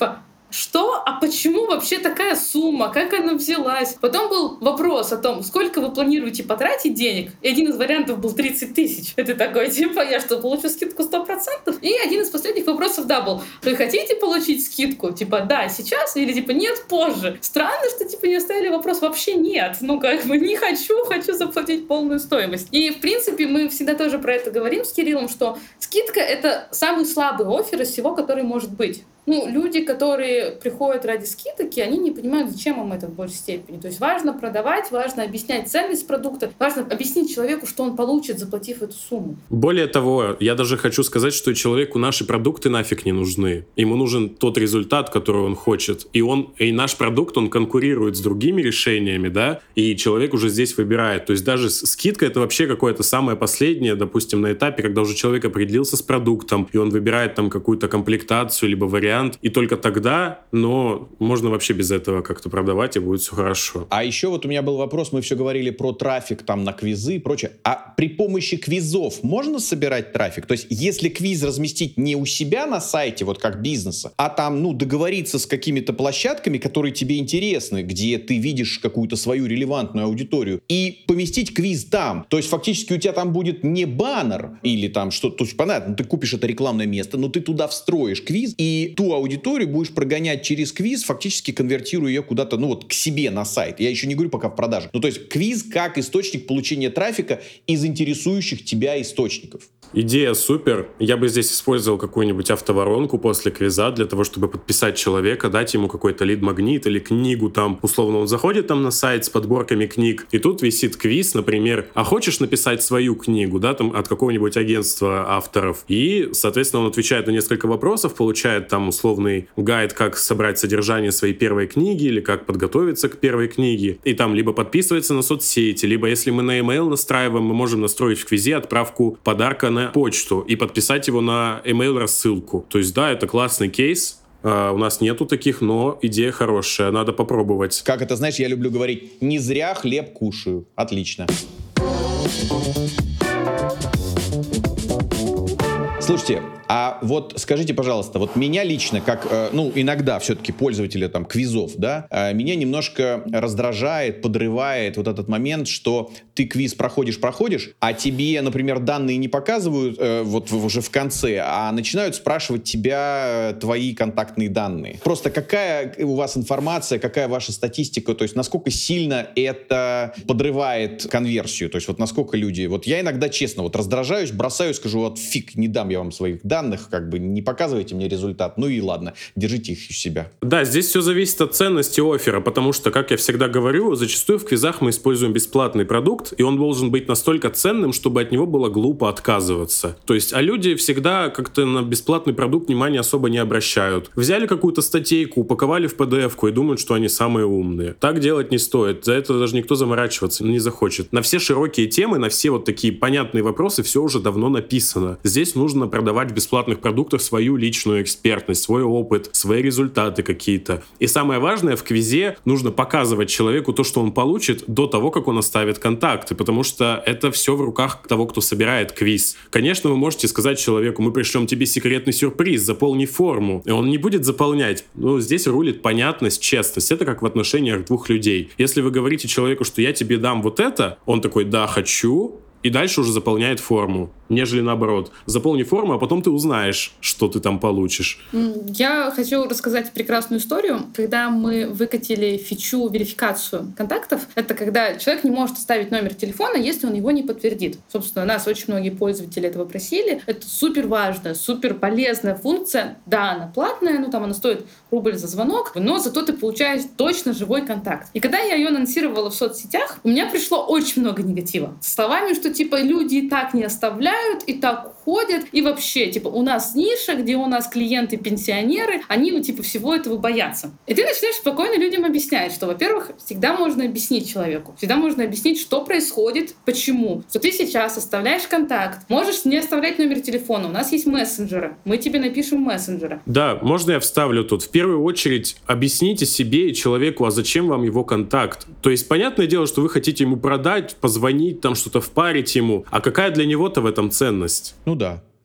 что, а почему вообще такая сумма, как она взялась? Потом был вопрос о том, сколько вы планируете потратить денег, и один из вариантов был тридцать тысяч. Это такой, типа, я что, получу скидку сто процентов? И один из последних вопросов, да, был, вы хотите получить скидку? Типа, да, сейчас, или типа, нет, позже. Странно, что типа не оставили вопрос вообще нет. Ну, как бы, не хочу, хочу заплатить полную стоимость. И, в принципе, мы всегда тоже про это говорим с Кириллом, что скидка — это самый слабый оффер из всего, который может быть. Ну, люди, которые приходят ради скидок, они не понимают, зачем им это в большей степени. То есть важно продавать, важно объяснять ценность продукта, важно объяснить человеку, что он получит, заплатив эту сумму. Более того, я даже хочу сказать, что человеку наши продукты нафиг не нужны. Ему нужен тот результат, который он хочет. И, он, и наш продукт, он конкурирует с другими решениями, да, и человек уже здесь выбирает. То есть даже скидка — это вообще какое-то самое последнее, допустим, на этапе, когда уже человек определился с продуктом, и он выбирает там какую-то комплектацию, либо вариант, и только тогда, но можно вообще без этого как-то продавать, и будет все хорошо. А еще вот у меня был вопрос, мы все говорили про трафик там на квизы и прочее. А при помощи квизов можно собирать трафик? То есть если квиз разместить не у себя на сайте, вот как бизнеса, а там, ну, договориться с какими-то площадками, которые тебе интересны, где ты видишь какую-то свою релевантную аудиторию, и поместить квиз там. То есть фактически у тебя там будет не баннер или там что-то, то есть понятно, ты купишь это рекламное место, но ты туда встроишь квиз, и ту аудиторию будешь прогонять через квиз, фактически конвертируя ее куда-то, ну вот, к себе на сайт. Я еще не говорю пока в продажах. Ну, то есть квиз как источник получения трафика из интересующих тебя источников. Идея супер. Я бы здесь использовал какую-нибудь автоворонку после квиза для того, чтобы подписать человека, дать ему какой-то лид-магнит или книгу там. Условно, он заходит там на сайт с подборками книг, и тут висит квиз, например, а хочешь написать свою книгу, да, там от какого-нибудь агентства авторов? И, соответственно, он отвечает на несколько вопросов, получает там условный гайд, как собрать содержание своей первой книги или как подготовиться к первой книге. И там либо подписывается на соцсети, либо если мы на email настраиваем, мы можем настроить в квизе отправку подарка на почту и подписать его на email рассылку. То есть, да, это классный кейс. Uh, у нас нету таких, но идея хорошая, надо попробовать. Как это, знаешь, я люблю говорить, не зря хлеб кушаю. Отлично. Слушайте, а вот скажите, пожалуйста, вот меня лично, как, э, ну, иногда все-таки пользователя там квизов, да, э, меня немножко раздражает, подрывает вот этот момент, что ты квиз проходишь, проходишь, а тебе, например, данные не показывают э, вот уже в конце, а начинают спрашивать тебя твои контактные данные. Просто какая у вас информация, какая ваша статистика, то есть насколько сильно это подрывает конверсию, то есть вот насколько люди, вот я иногда, честно, вот раздражаюсь, бросаю, скажу, вот фиг, не дам я вам своих данных, как бы не показывайте мне результат, ну и ладно, держите их у себя. Да, здесь все зависит от ценности оффера, потому что, как я всегда говорю, зачастую в квизах мы используем бесплатный продукт, и он должен быть настолько ценным, чтобы от него было глупо отказываться. То есть, а люди всегда как-то на бесплатный продукт внимания особо не обращают. Взяли какую-то статейку, упаковали в пи ди эф-ку и думают, что они самые умные. Так делать не стоит, за это даже никто заморачиваться не захочет. На все широкие темы, на все вот такие понятные вопросы все уже давно написано. Здесь нужно продавать в бесплатных продуктах свою личную экспертность, свой опыт, свои результаты какие-то. И самое важное, в квизе нужно показывать человеку то, что он получит, до того, как он оставит контакты, потому что это все в руках того, кто собирает квиз. Конечно, вы можете сказать человеку, мы пришлем тебе секретный сюрприз, заполни форму, и он не будет заполнять. Но здесь рулит понятность, честность. Это как в отношениях двух людей. Если вы говорите человеку, что я тебе дам вот это, он такой, да, хочу, и дальше уже заполняет форму, нежели наоборот. Заполни форму, а потом ты узнаешь, что ты там получишь. Я хочу рассказать прекрасную историю. Когда мы выкатили фичу верификацию контактов, это когда человек не может оставить номер телефона, если он его не подтвердит. Собственно, нас очень многие пользователи этого просили. Это супер важная, супер полезная функция. Да, она платная, ну там она стоит рубль за звонок, но зато ты получаешь точно живой контакт. И когда я ее анонсировала в соцсетях, у меня пришло очень много негатива. С словами, что типа люди и так не оставляют, и так уходят, и вообще, типа, у нас ниша, где у нас клиенты-пенсионеры, они, ну, типа, всего этого боятся. И ты начинаешь спокойно людям объяснять, что, во-первых, всегда можно объяснить человеку, всегда можно объяснить, что происходит, почему. Что ты сейчас оставляешь контакт, можешь не оставлять номер телефона, у нас есть мессенджеры, мы тебе напишем мессенджера. Да, можно я вставлю тут? В первую очередь, объясните себе и человеку, а зачем вам его контакт? То есть, понятное дело, что вы хотите ему продать, позвонить, там что-то впарить ему, а какая для него-то в этом ценность? Ну да.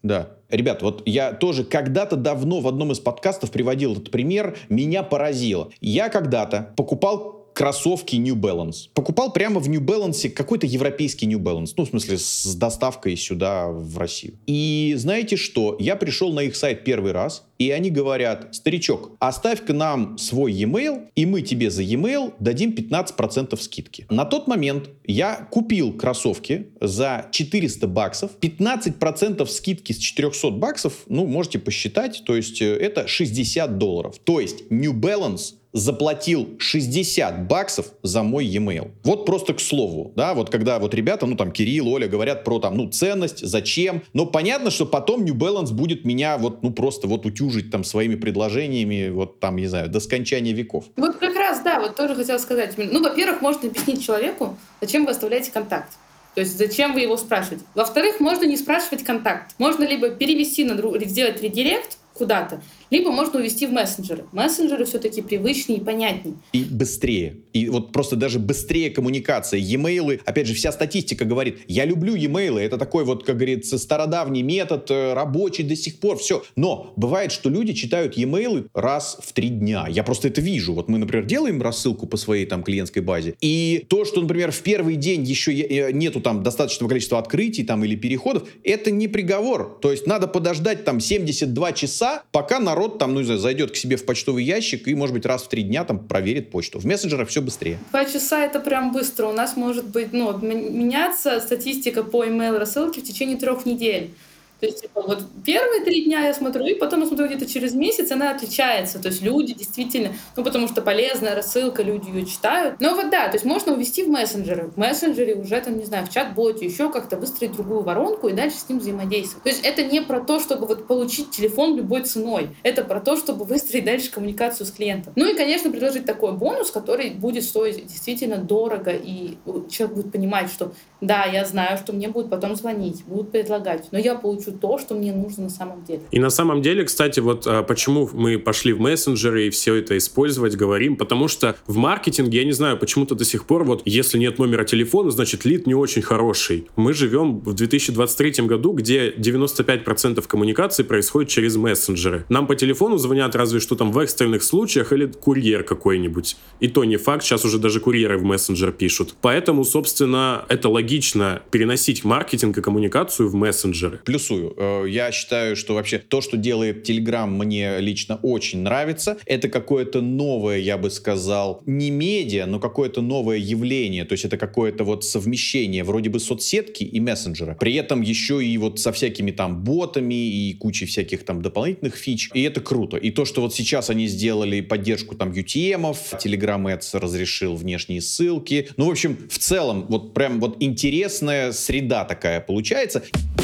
Да. Ребят, вот я тоже когда-то давно в одном из подкастов приводил этот пример, меня поразило. Я когда-то покупал кроссовки New Balance. Покупал прямо в New Balance какой-то европейский New Balance. Ну, в смысле, с доставкой сюда, в Россию. И знаете что? Я пришел на их сайт первый раз, и они говорят: старичок, оставь-ка нам свой e-mail, и мы тебе за e-mail дадим пятнадцать процентов скидки. На тот момент я купил кроссовки за четыреста баксов. пятнадцать процентов скидки с четырехсот баксов, ну, можете посчитать, то есть это шестьдесят долларов. То есть New Balance заплатил шестьдесят баксов за мой e-mail. Вот просто к слову, да, вот когда вот ребята, ну там Кирилл, Оля говорят про там, ну, ценность, зачем, но понятно, что потом New Balance будет меня вот, ну, просто вот утюжить там своими предложениями, вот там, не знаю, до скончания веков. Вот как раз, да, вот тоже хотела сказать. Ну, во-первых, можно объяснить человеку, зачем вы оставляете контакт. То есть зачем вы его спрашиваете. Во-вторых, можно не спрашивать контакт. Можно либо перевести на друг, сделать редирект куда-то, либо можно увести в мессенджеры. Мессенджеры все-таки привычнее и понятнее. И быстрее. И вот просто даже быстрее коммуникация. E-mail, опять же, вся статистика говорит, я люблю e-mail, это такой вот, как говорится, стародавний метод, рабочий до сих пор, все. Но бывает, что люди читают e-mail раз в три дня. Я просто это вижу. Вот мы, например, делаем рассылку по своей там клиентской базе, и то, что, например, в первый день еще нету там достаточного количества открытий там или переходов, это не приговор. То есть надо подождать там семьдесят два часа, пока народ там, ну, не знаю, зайдет к себе в почтовый ящик и, может быть, раз в три дня там проверит почту. В мессенджерах все быстрее. Два часа — это прям быстро. У нас может быть, ну, меняться статистика по email рассылке в течение трех недель. То есть, типа, вот первые три дня я смотрю, и потом я смотрю где-то через месяц, она отличается. То есть люди действительно, ну, потому что полезная рассылка, люди ее читают. Но вот да, то есть можно увести в мессенджеры. В мессенджере уже, там, не знаю, в чат-боте, еще как-то выстроить другую воронку и дальше с ним взаимодействовать. То есть это не про то, чтобы вот получить телефон любой ценой. Это про то, чтобы выстроить дальше коммуникацию с клиентом. Ну и, конечно, предложить такой бонус, который будет стоить действительно дорого, и человек будет понимать, что да, я знаю, что мне будут потом звонить, будут предлагать, но я получу то, что мне нужно на самом деле. И на самом деле, кстати, вот почему мы пошли в мессенджеры и все это использовать, говорим, потому что в маркетинге, я не знаю, почему-то до сих пор, вот, если нет номера телефона, значит, лид не очень хороший. Мы живем в две тысячи двадцать третьем году, где девяносто пять процентов коммуникации происходит через мессенджеры. Нам по телефону звонят разве что там в экстренных случаях или курьер какой-нибудь. И то не факт, сейчас уже даже курьеры в мессенджер пишут. Поэтому, собственно, это логично переносить маркетинг и коммуникацию в мессенджеры. Плюсую. Я считаю, что вообще то, что делает Telegram, мне лично очень нравится. Это какое-то новое, я бы сказал, не медиа, но какое-то новое явление. То есть это какое-то вот совмещение вроде бы соцсетки и мессенджера. При этом еще и вот со всякими там ботами и кучей всяких там дополнительных фич. И это круто. И то, что вот сейчас они сделали поддержку там ю ти эм-ов, Telegram Ads разрешил внешние ссылки. Ну, в общем, в целом, вот прям вот интересная среда такая получается.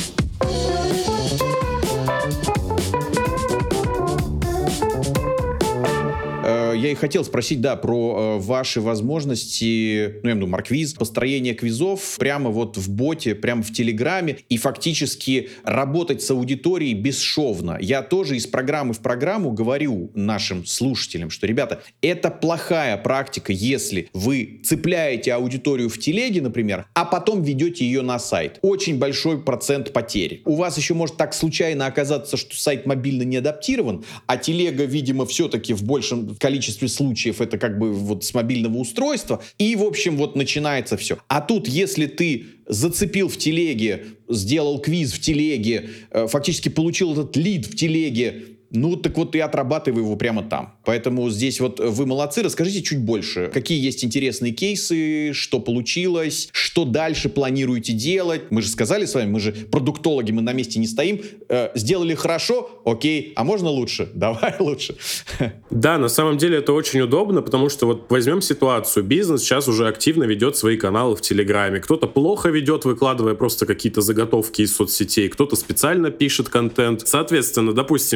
Я и хотел спросить, да, про э, ваши возможности, ну, я имею в виду марквиз, построение квизов прямо вот в боте, прямо в Телеграме, и фактически работать с аудиторией бесшовно. Я тоже из программы в программу говорю нашим слушателям, что, ребята, это плохая практика, если вы цепляете аудиторию в телеге, например, а потом ведете ее на сайт. Очень большой процент потери. У вас еще может так случайно оказаться, что сайт мобильно не адаптирован, а телега, видимо, все-таки в большем количестве случаев это как бы вот с мобильного устройства, и, в общем, вот начинается все. А тут, если ты зацепил в телеге, сделал квиз в телеге, э, фактически получил этот лид в телеге, ну, так вот и отрабатывай его прямо там. Поэтому здесь вот вы молодцы. Расскажите чуть больше. Какие есть интересные кейсы, что получилось, что дальше планируете делать? Мы же сказали с вами, мы же продуктологи, мы на месте не стоим. Э, сделали хорошо, окей, а можно лучше? Давай лучше. Да, на самом деле это очень удобно, потому что вот возьмем ситуацию. Бизнес сейчас уже активно ведет свои каналы в Телеграме. Кто-то плохо ведет, выкладывая просто какие-то заготовки из соцсетей. Кто-то специально пишет контент. Соответственно, допустим, мы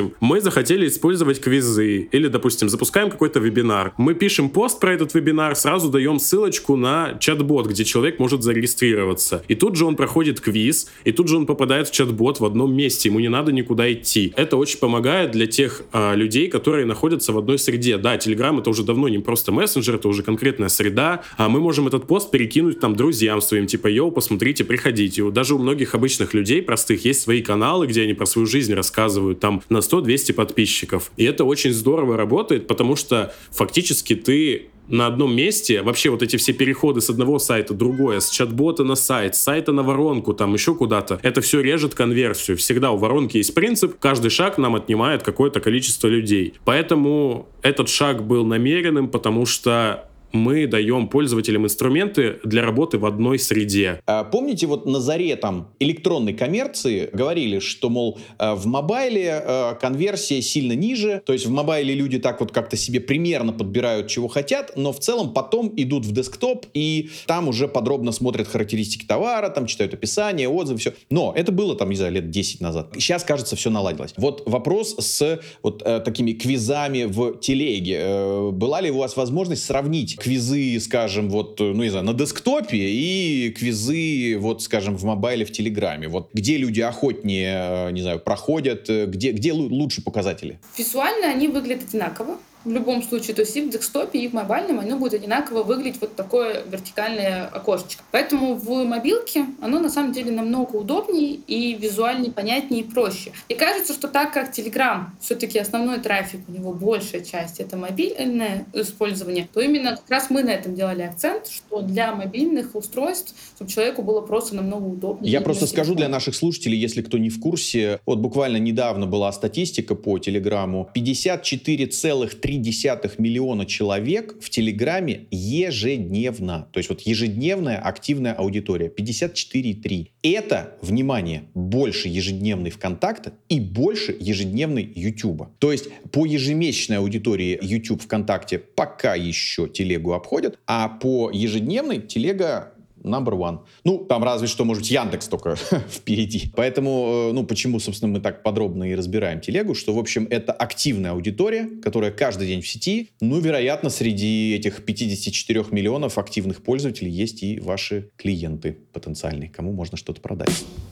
захотели использовать квизы, или, допустим, запускаем какой-то вебинар. Мы пишем пост про этот вебинар, сразу даем ссылочку на чат-бот, где человек может зарегистрироваться. И тут же он проходит квиз, и тут же он попадает в чат-бот в одном месте, ему не надо никуда идти. Это очень помогает для тех а, людей, которые находятся в одной среде. Да, Telegram — это уже давно не просто мессенджер, это уже конкретная среда, а мы можем этот пост перекинуть там друзьям своим, типа, йоу, посмотрите, приходите. Даже у многих обычных людей, простых, есть свои каналы, где они про свою жизнь рассказывают, там, на сто-двести подписчиков. И это очень здорово работает, потому что фактически ты на одном месте, вообще вот эти все переходы с одного сайта в другое, с чат-бота на сайт, с сайта на воронку, там еще куда-то, это все режет конверсию. Всегда у воронки есть принцип, каждый шаг нам отнимает какое-то количество людей. Поэтому этот шаг был намеренным, потому что мы даем пользователям инструменты для работы в одной среде. А помните, вот на заре там электронной коммерции говорили, что, мол, в мобайле конверсия сильно ниже, то есть в мобайле люди так вот как-то себе примерно подбирают, чего хотят, но в целом потом идут в десктоп и там уже подробно смотрят характеристики товара, там читают описание, отзывы, все. Но это было там, не знаю, лет десять назад. Сейчас, кажется, все наладилось. Вот вопрос с вот э, такими квизами в телеге. Э, была ли у вас возможность сравнить квизы, скажем, вот, ну, не знаю, на десктопе и квизы, вот, скажем, в мобайле, в Телеграме? Вот где люди охотнее, не знаю, проходят, где, где лучше показатели? Визуально они выглядят одинаково. В любом случае, то есть и в десктопе, и в мобильном оно будет одинаково выглядеть вот такое вертикальное окошечко. Поэтому в мобилке оно на самом деле намного удобнее и визуальнее, понятнее и проще. И кажется, что так как Telegram все-таки основной трафик, у него большая часть это мобильное использование, то именно как раз мы на этом делали акцент, что для мобильных устройств, чтобы человеку было просто намного удобнее. Я просто скажу для наших слушателей, если кто не в курсе, вот буквально недавно была статистика по Телеграму, пятьдесят четыре целых три десятых миллиона человек в Телеграме ежедневно. То есть вот ежедневная активная аудитория. пятьдесят четыре целых три. Это, внимание, больше ежедневной ВКонтакта и больше ежедневной Ютуба. То есть по ежемесячной аудитории YouTube, ВКонтакте пока еще телегу обходят, а по ежедневной телега number one. Ну, там разве что, может быть, Яндекс только впереди. Поэтому, ну, почему, собственно, мы так подробно и разбираем телегу, что, в общем, это активная аудитория, которая каждый день в сети. Ну, вероятно, среди этих пятьдесят четыре миллионов активных пользователей есть и ваши клиенты потенциальные, кому можно что-то продать.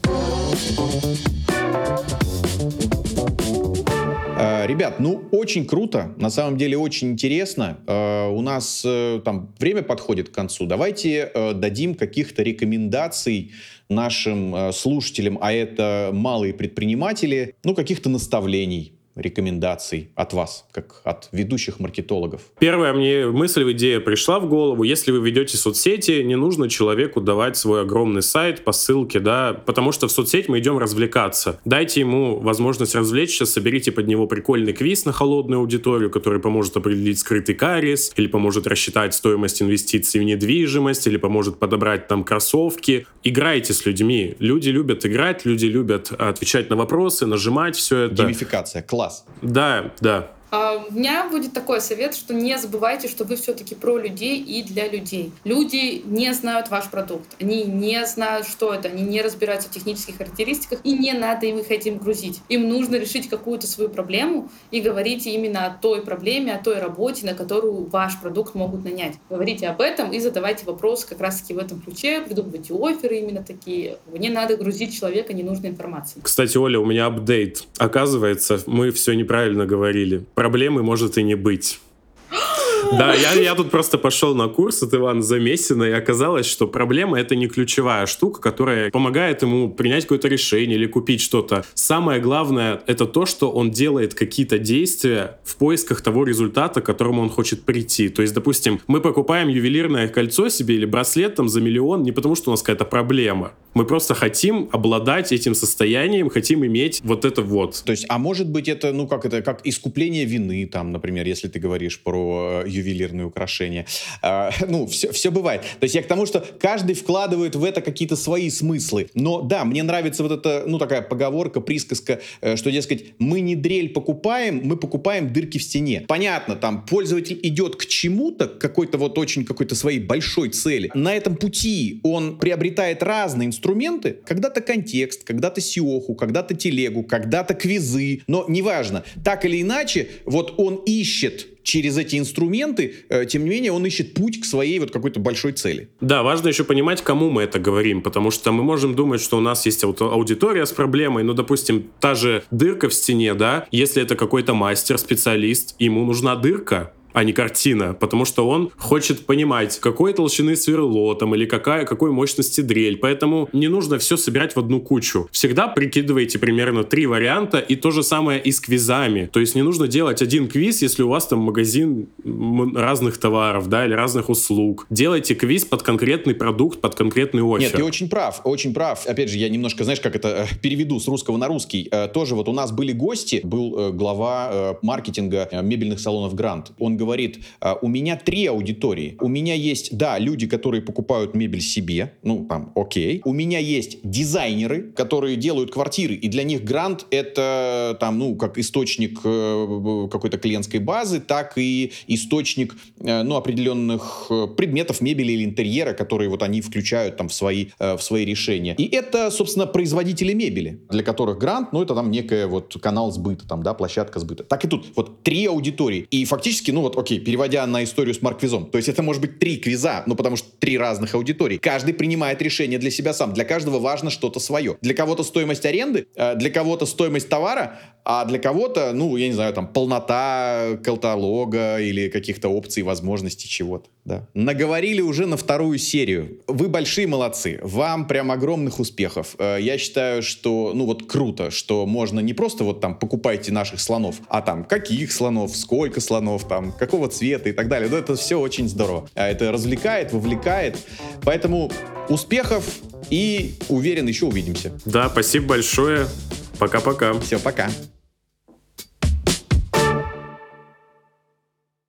Ребят, ну, очень круто, на самом деле очень интересно. У нас там время подходит к концу. Давайте дадим каких-то рекомендаций нашим слушателям, а это малые предприниматели, ну, каких-то наставлений, рекомендаций от вас, как от ведущих маркетологов? Первая мне мысль, идея пришла в голову. Если вы ведете соцсети, не нужно человеку давать свой огромный сайт по ссылке, да, потому что в соцсеть мы идем развлекаться. Дайте ему возможность развлечься, соберите под него прикольный квиз на холодную аудиторию, который поможет определить скрытый кариес, или поможет рассчитать стоимость инвестиций в недвижимость, или поможет подобрать там кроссовки. Играйте с людьми. Люди любят играть, люди любят отвечать на вопросы, нажимать все это. Геймификация, класс. Да, да. У меня будет такой совет, что не забывайте, что вы все-таки про людей и для людей. Люди не знают ваш продукт, они не знают, что это, они не разбираются в технических характеристиках, и не надо им их этим грузить. Им нужно решить какую-то свою проблему и говорите именно о той проблеме, о той работе, на которую ваш продукт могут нанять. Говорите об этом и задавайте вопросы как раз-таки в этом ключе, придумывайте офферы именно такие. Не надо грузить человека ненужной информацией. Кстати, Оля, у меня апдейт. Оказывается, мы все неправильно говорили. Проблемы может и не быть. Да, я, я тут просто пошел на курс от Ивана Замесина, и оказалось, что проблема — это не ключевая штука, которая помогает ему принять какое-то решение или купить что-то. Самое главное — это то, что он делает какие-то действия в поисках того результата, к которому он хочет прийти. То есть, допустим, мы покупаем ювелирное кольцо себе или браслет там за миллион не потому, что у нас какая-то проблема. Мы просто хотим обладать этим состоянием, хотим иметь вот это вот. То есть, а может быть, это, ну, как это, как искупление вины, там, например, если ты говоришь про ювелирные украшения. А, ну, все, все бывает. То есть я к тому, что каждый вкладывает в это какие-то свои смыслы. Но да, мне нравится вот эта, ну, такая поговорка, присказка, что, дескать, мы не дрель покупаем, мы покупаем дырки в стене. Понятно, там пользователь идет к чему-то, к какой-то вот очень какой-то своей большой цели. На этом пути он приобретает разные инструменты, инструменты, когда-то контекст, когда-то сиоху, когда-то телегу, когда-то квизы, но неважно. Так или иначе, вот он ищет через эти инструменты, э, тем не менее, он ищет путь к своей вот какой-то большой цели. Да, важно еще понимать, кому мы это говорим, потому что мы можем думать, что у нас есть аудитория аудитория с проблемой, ну, допустим, та же дырка в стене, да, если это какой-то мастер, специалист, ему нужна дырка, а не картина, потому что он хочет понимать, какой толщины сверло там или какая, какой мощности дрель, поэтому не нужно все собирать в одну кучу. Всегда прикидывайте примерно три варианта, и то же самое и с квизами. То есть не нужно делать один квиз, если у вас там магазин разных товаров, да, или разных услуг. Делайте квиз под конкретный продукт, под конкретный оффер. Нет, ты очень прав, очень прав. Опять же, я немножко, знаешь, как это переведу с русского на русский. Тоже вот у нас были гости, был глава маркетинга мебельных салонов Грант. Он говорит, у меня три аудитории. У меня есть, да, люди, которые покупают мебель себе, ну, там, окей. У меня есть дизайнеры, которые делают квартиры, и для них Грант это, там, ну, как источник какой-то клиентской базы, так и источник, ну, определенных предметов мебели или интерьера, которые вот они включают там в свои, в свои решения. И это, собственно, производители мебели, для которых Грант, ну, это там некая вот канал сбыта, там, да, площадка сбыта. Так и тут, вот три аудитории. И фактически, ну, вот, окей, переводя на историю с Марк-квизом, то есть это может быть три квиза, ну, потому что три разных аудитории. Каждый принимает решение для себя сам. Для каждого важно что-то свое. Для кого-то стоимость аренды, для кого-то стоимость товара, а для кого-то, ну, я не знаю, там, полнота каталога или каких-то опций, возможностей чего-то, да. Наговорили уже на вторую серию. Вы большие молодцы. Вам прям огромных успехов. Я считаю, что, ну, вот круто, что можно не просто вот там покупайте наших слонов, а там каких слонов, сколько слонов, там, какого цвета и так далее. Ну, это все очень здорово. Это развлекает, вовлекает. Поэтому успехов и, уверен, еще увидимся. Да, спасибо большое. Пока-пока. Все, пока.